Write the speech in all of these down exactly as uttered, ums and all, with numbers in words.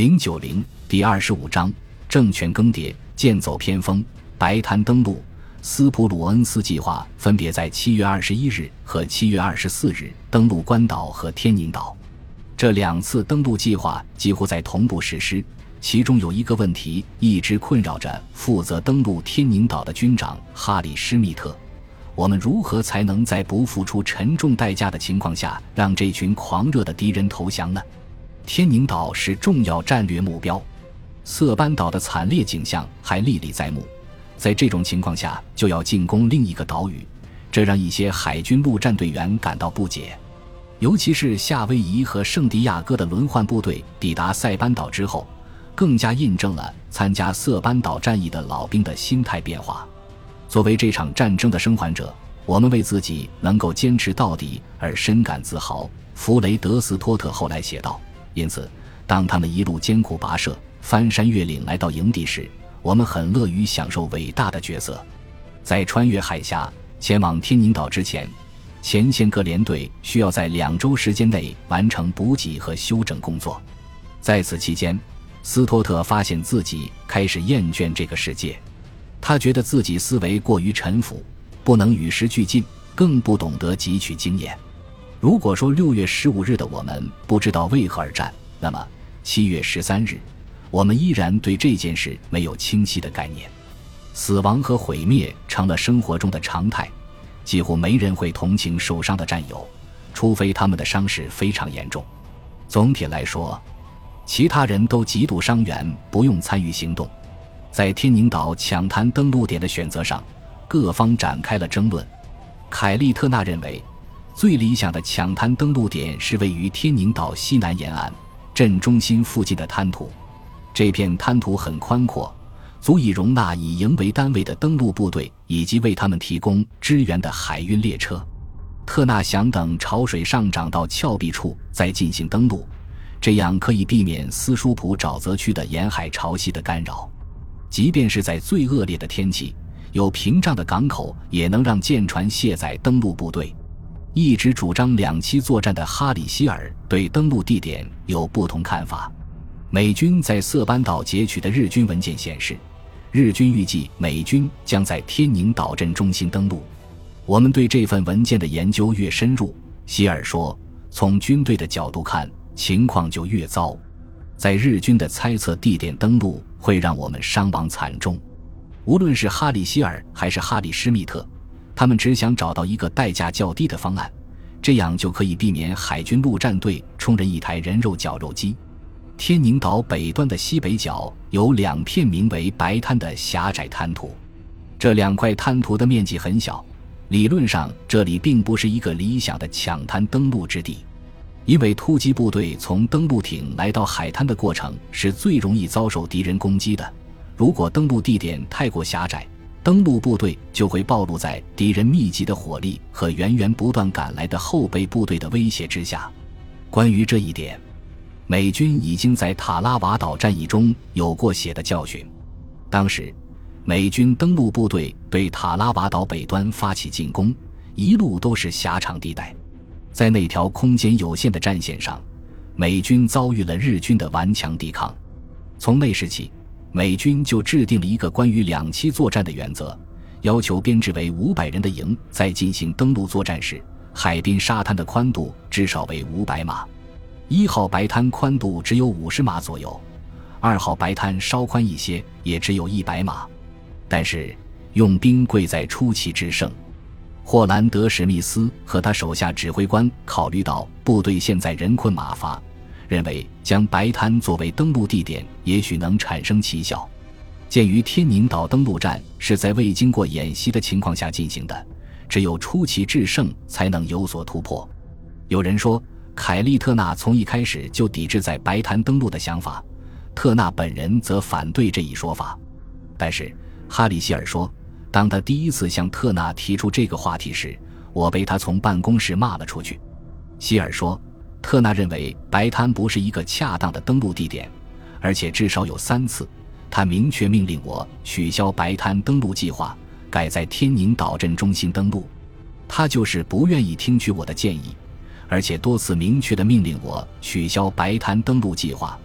零九零第二十五章政权更迭，剑走偏锋。白滩登陆，斯普鲁恩斯计划分别在七月二十一日和七月二十四日登陆关岛和天宁岛。这两次登陆计划几乎在同步实施，其中有一个问题一直困扰着负责登陆天宁岛的军长哈里·施密特：我们如何才能在不付出沉重代价的情况下让这群狂热的敌人投降呢？天宁岛是重要战略目标，色班岛的惨烈景象还历历在目，在这种情况下就要进攻另一个岛屿，这让一些海军陆战队员感到不解。尤其是夏威夷和圣地亚哥的轮换部队抵达塞班岛之后，更加印证了参加色班岛战役的老兵的心态变化。作为这场战争的生还者，我们为自己能够坚持到底而深感自豪，弗雷德斯托特后来写道。因此当他们一路艰苦跋涉，翻山越岭来到营地时，我们很乐于享受伟大的角色。在穿越海峡前往天宁岛之前，前线各连队需要在两周时间内完成补给和休整工作。在此期间，斯托特发现自己开始厌倦这个世界，他觉得自己思维过于沉浮，不能与时俱进，更不懂得汲取经验。如果说六月十五日的我们不知道为何而战，那么七月十三日我们依然对这件事没有清晰的概念。死亡和毁灭成了生活中的常态，几乎没人会同情受伤的战友，除非他们的伤势非常严重。总体来说，其他人都极度伤员不用参与行动。在天宁岛抢滩登陆点的选择上，各方展开了争论。凯利特纳认为最理想的抢滩登陆点是位于天宁岛西南沿岸镇中心附近的滩涂，这片滩涂很宽阔，足以容纳以营为单位的登陆部队以及为他们提供支援的海运列车。特纳想等潮水上涨到峭壁处再进行登陆，这样可以避免斯舒普沼泽区的沿海潮汐的干扰。即便是在最恶劣的天气，有屏障的港口也能让舰船卸载登陆部队。一直主张两栖作战的哈里希尔对登陆地点有不同看法。美军在色班岛截取的日军文件显示，日军预计美军将在天宁岛镇中心登陆。我们对这份文件的研究越深入，希尔说，从军队的角度看，情况就越糟。在日军的猜测地点登陆会让我们伤亡惨重。无论是哈里希尔还是哈里施密特，他们只想找到一个代价较低的方案，这样就可以避免海军陆战队充任一台人肉绞肉机。天宁岛北端的西北角有两片名为白滩的狭窄滩涂，这两块滩涂的面积很小，理论上这里并不是一个理想的抢滩登陆之地，因为突击部队从登陆艇来到海滩的过程是最容易遭受敌人攻击的。如果登陆地点太过狭窄，登陆部队就会暴露在敌人密集的火力和源源不断赶来的后备部队的威胁之下。关于这一点，美军已经在塔拉瓦岛战役中有过血的教训。当时美军登陆部队对塔拉瓦岛北端发起进攻，一路都是狭长地带。在那条空间有限的战线上，美军遭遇了日军的顽强抵抗。从那时起，美军就制定了一个关于两栖作战的原则，要求编制为五百人的营在进行登陆作战时，海滨沙滩的宽度至少为五百码。一号白滩宽度只有五十码左右，二号白滩稍宽一些，也只有一百码。但是用兵贵在出奇制胜。霍兰德·史密斯和他手下指挥官考虑到部队现在人困马乏，认为将白滩作为登陆地点也许能产生奇效。鉴于天宁岛登陆战是在未经过演习的情况下进行的，只有出奇制胜才能有所突破。有人说凯利特纳从一开始就抵制在白滩登陆的想法，特纳本人则反对这一说法。但是哈里希尔说，当他第一次向特纳提出这个话题时，我被他从办公室骂了出去。希尔说，特纳认为白滩不是一个恰当的登陆地点，而且至少有三次他明确命令我取消白滩登陆计划，改在天宁岛镇中心登陆。他就是不愿意听取我的建议，而且多次明确地命令我取消白滩登陆计划，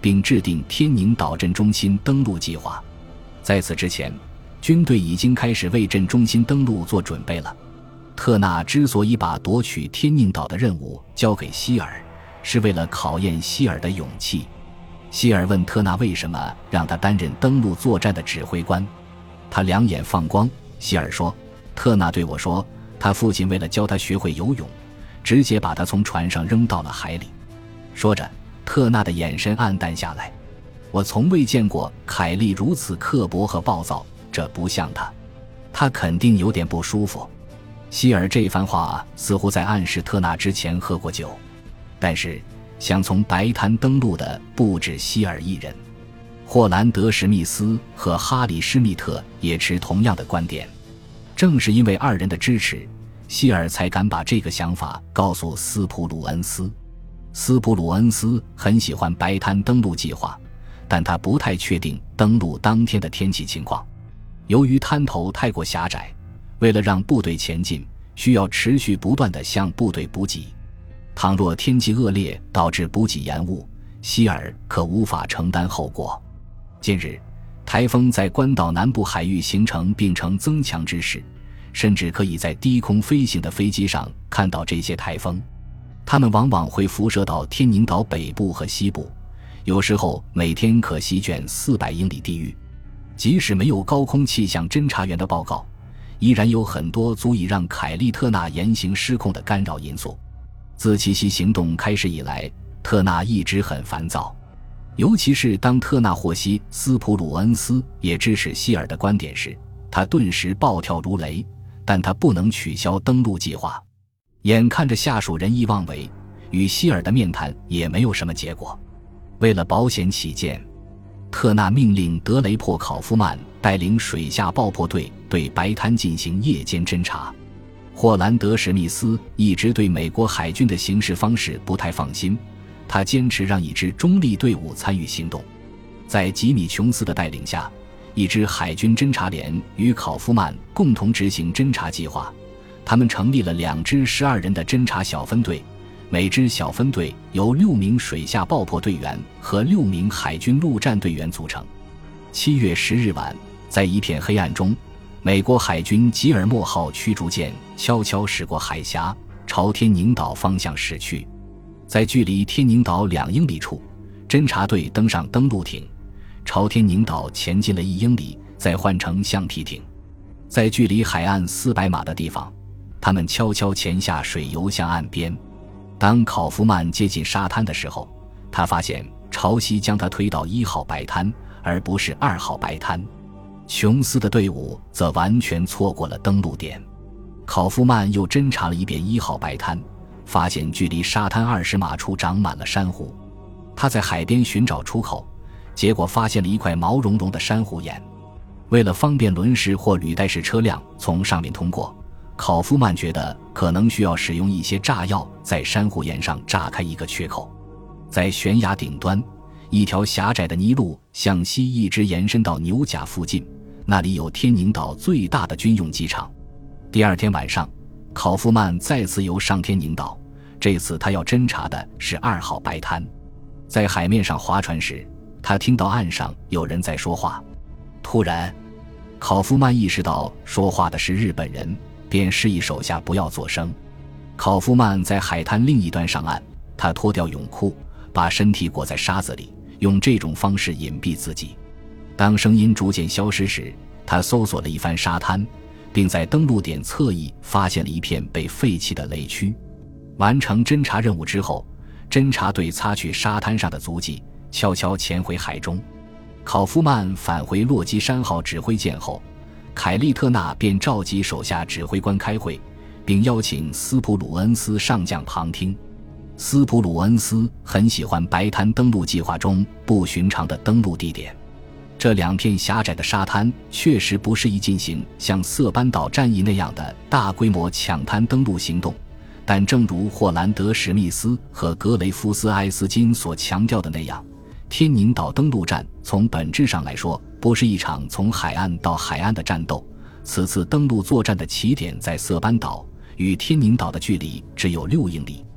并制定天宁岛镇中心登陆计划。在此之前，军队已经开始为镇中心登陆做准备了。特纳之所以把夺取天宁岛的任务交给希尔，是为了考验希尔的勇气。希尔问特纳为什么让他担任登陆作战的指挥官，他两眼放光。希尔说，特纳对我说，他父亲为了教他学会游泳，直接把他从船上扔到了海里。说着，特纳的眼神暗淡下来。我从未见过凯利如此刻薄和暴躁，这不像他，他肯定有点不舒服。希尔这番话似乎在暗示特纳之前喝过酒，但是想从白滩登陆的不止希尔一人，霍兰德·史密斯和哈里·施密特也持同样的观点。正是因为二人的支持，希尔才敢把这个想法告诉斯普鲁恩斯。斯普鲁恩斯很喜欢白滩登陆计划，但他不太确定登陆当天的天气情况。由于滩头太过狭窄，为了让部队前进，需要持续不断地向部队补给。倘若天气恶劣导致补给延误，希尔可无法承担后果。近日，台风在关岛南部海域形成并呈增强之势，甚至可以在低空飞行的飞机上看到这些台风。它们往往会辐射到天宁岛北部和西部，有时候每天可席卷四百英里地域。即使没有高空气象侦察员的报告，依然有很多足以让凯利特纳言行失控的干扰因素。自奇袭行动开始以来，特纳一直很烦躁，尤其是当特纳获悉斯普鲁恩斯也支持希尔的观点时，他顿时暴跳如雷。但他不能取消登陆计划。眼看着下属任意妄为，与希尔的面谈也没有什么结果。为了保险起见，特纳命令德雷珀·考夫曼带领水下爆破队对白滩进行夜间侦察。霍兰德·史密斯一直对美国海军的行事方式不太放心，他坚持让一支中立队伍参与行动。在吉米·琼斯的带领下，一支海军侦察连与考夫曼共同执行侦察计划。他们成立了两支十二人的侦察小分队，每支小分队由六名水下爆破队员和六名海军陆战队员组成。七月十日晚，在一片黑暗中，美国海军吉尔莫号驱逐舰悄悄驶过海峡，朝天宁岛方向驶去。在距离天宁岛两英里处，侦察队登上登陆艇，朝天宁岛前进了一英里，再换成橡皮艇。在距离海岸四百码的地方，他们悄悄潜下水游向岸边。当考夫曼接近沙滩的时候，他发现潮汐将他推到一号白滩，而不是二号白滩。琼斯的队伍则完全错过了登陆点。考夫曼又侦察了一遍一号白滩，发现距离沙滩二十码处长满了珊瑚。他在海边寻找出口，结果发现了一块毛茸茸的珊瑚岩。为了方便轮式或履带式车辆从上面通过，考夫曼觉得可能需要使用一些炸药在珊瑚岩上炸开一个缺口。在悬崖顶端，一条狭窄的泥路向西一直延伸到牛甲附近，那里有天宁岛最大的军用机场。第二天晚上，考夫曼再次游上天宁岛，这次他要侦察的是二号白滩。在海面上划船时，他听到岸上有人在说话。突然，考夫曼意识到说话的是日本人，便示意手下不要作声。考夫曼在海滩另一端上岸，他脱掉泳裤，把身体裹在沙子里，用这种方式隐蔽自己。当声音逐渐消失时，他搜索了一番沙滩，并在登陆点侧翼发现了一片被废弃的雷区。完成侦察任务之后，侦察队擦去沙滩上的足迹，悄悄潜回海中。考夫曼返回洛基山号指挥舰后，凯利特纳便召集手下指挥官开会，并邀请斯普鲁恩斯上将旁听。斯普鲁恩斯很喜欢白滩登陆计划中不寻常的登陆地点。这两片狭窄的沙滩确实不适宜进行像色班岛战役那样的大规模抢滩登陆行动，但正如霍兰德·史密斯和格雷夫斯·埃斯金所强调的那样，天宁岛登陆战从本质上来说不是一场从海岸到海岸的战斗。此次登陆作战的起点在色班岛，与天宁岛的距离只有六英里。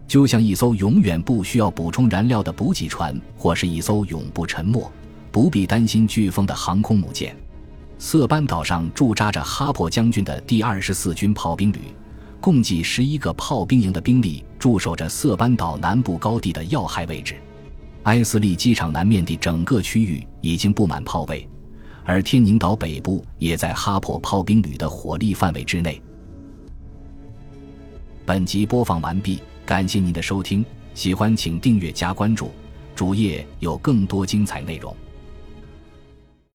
就像一艘永远不需要补充燃料的补给船，或是一艘永不沉没、不必担心飓风的航空母舰。色班岛上驻扎着哈珀将军的第二十四军炮兵旅，共计十一个炮兵营的兵力驻守着色班岛南部高地的要害位置。埃斯利机场南面的整个区域已经布满炮位，而天宁岛北部也在哈珀炮兵旅的火力范围之内。本集播放完毕，感谢您的收听，喜欢请订阅加关注，主页有更多精彩内容。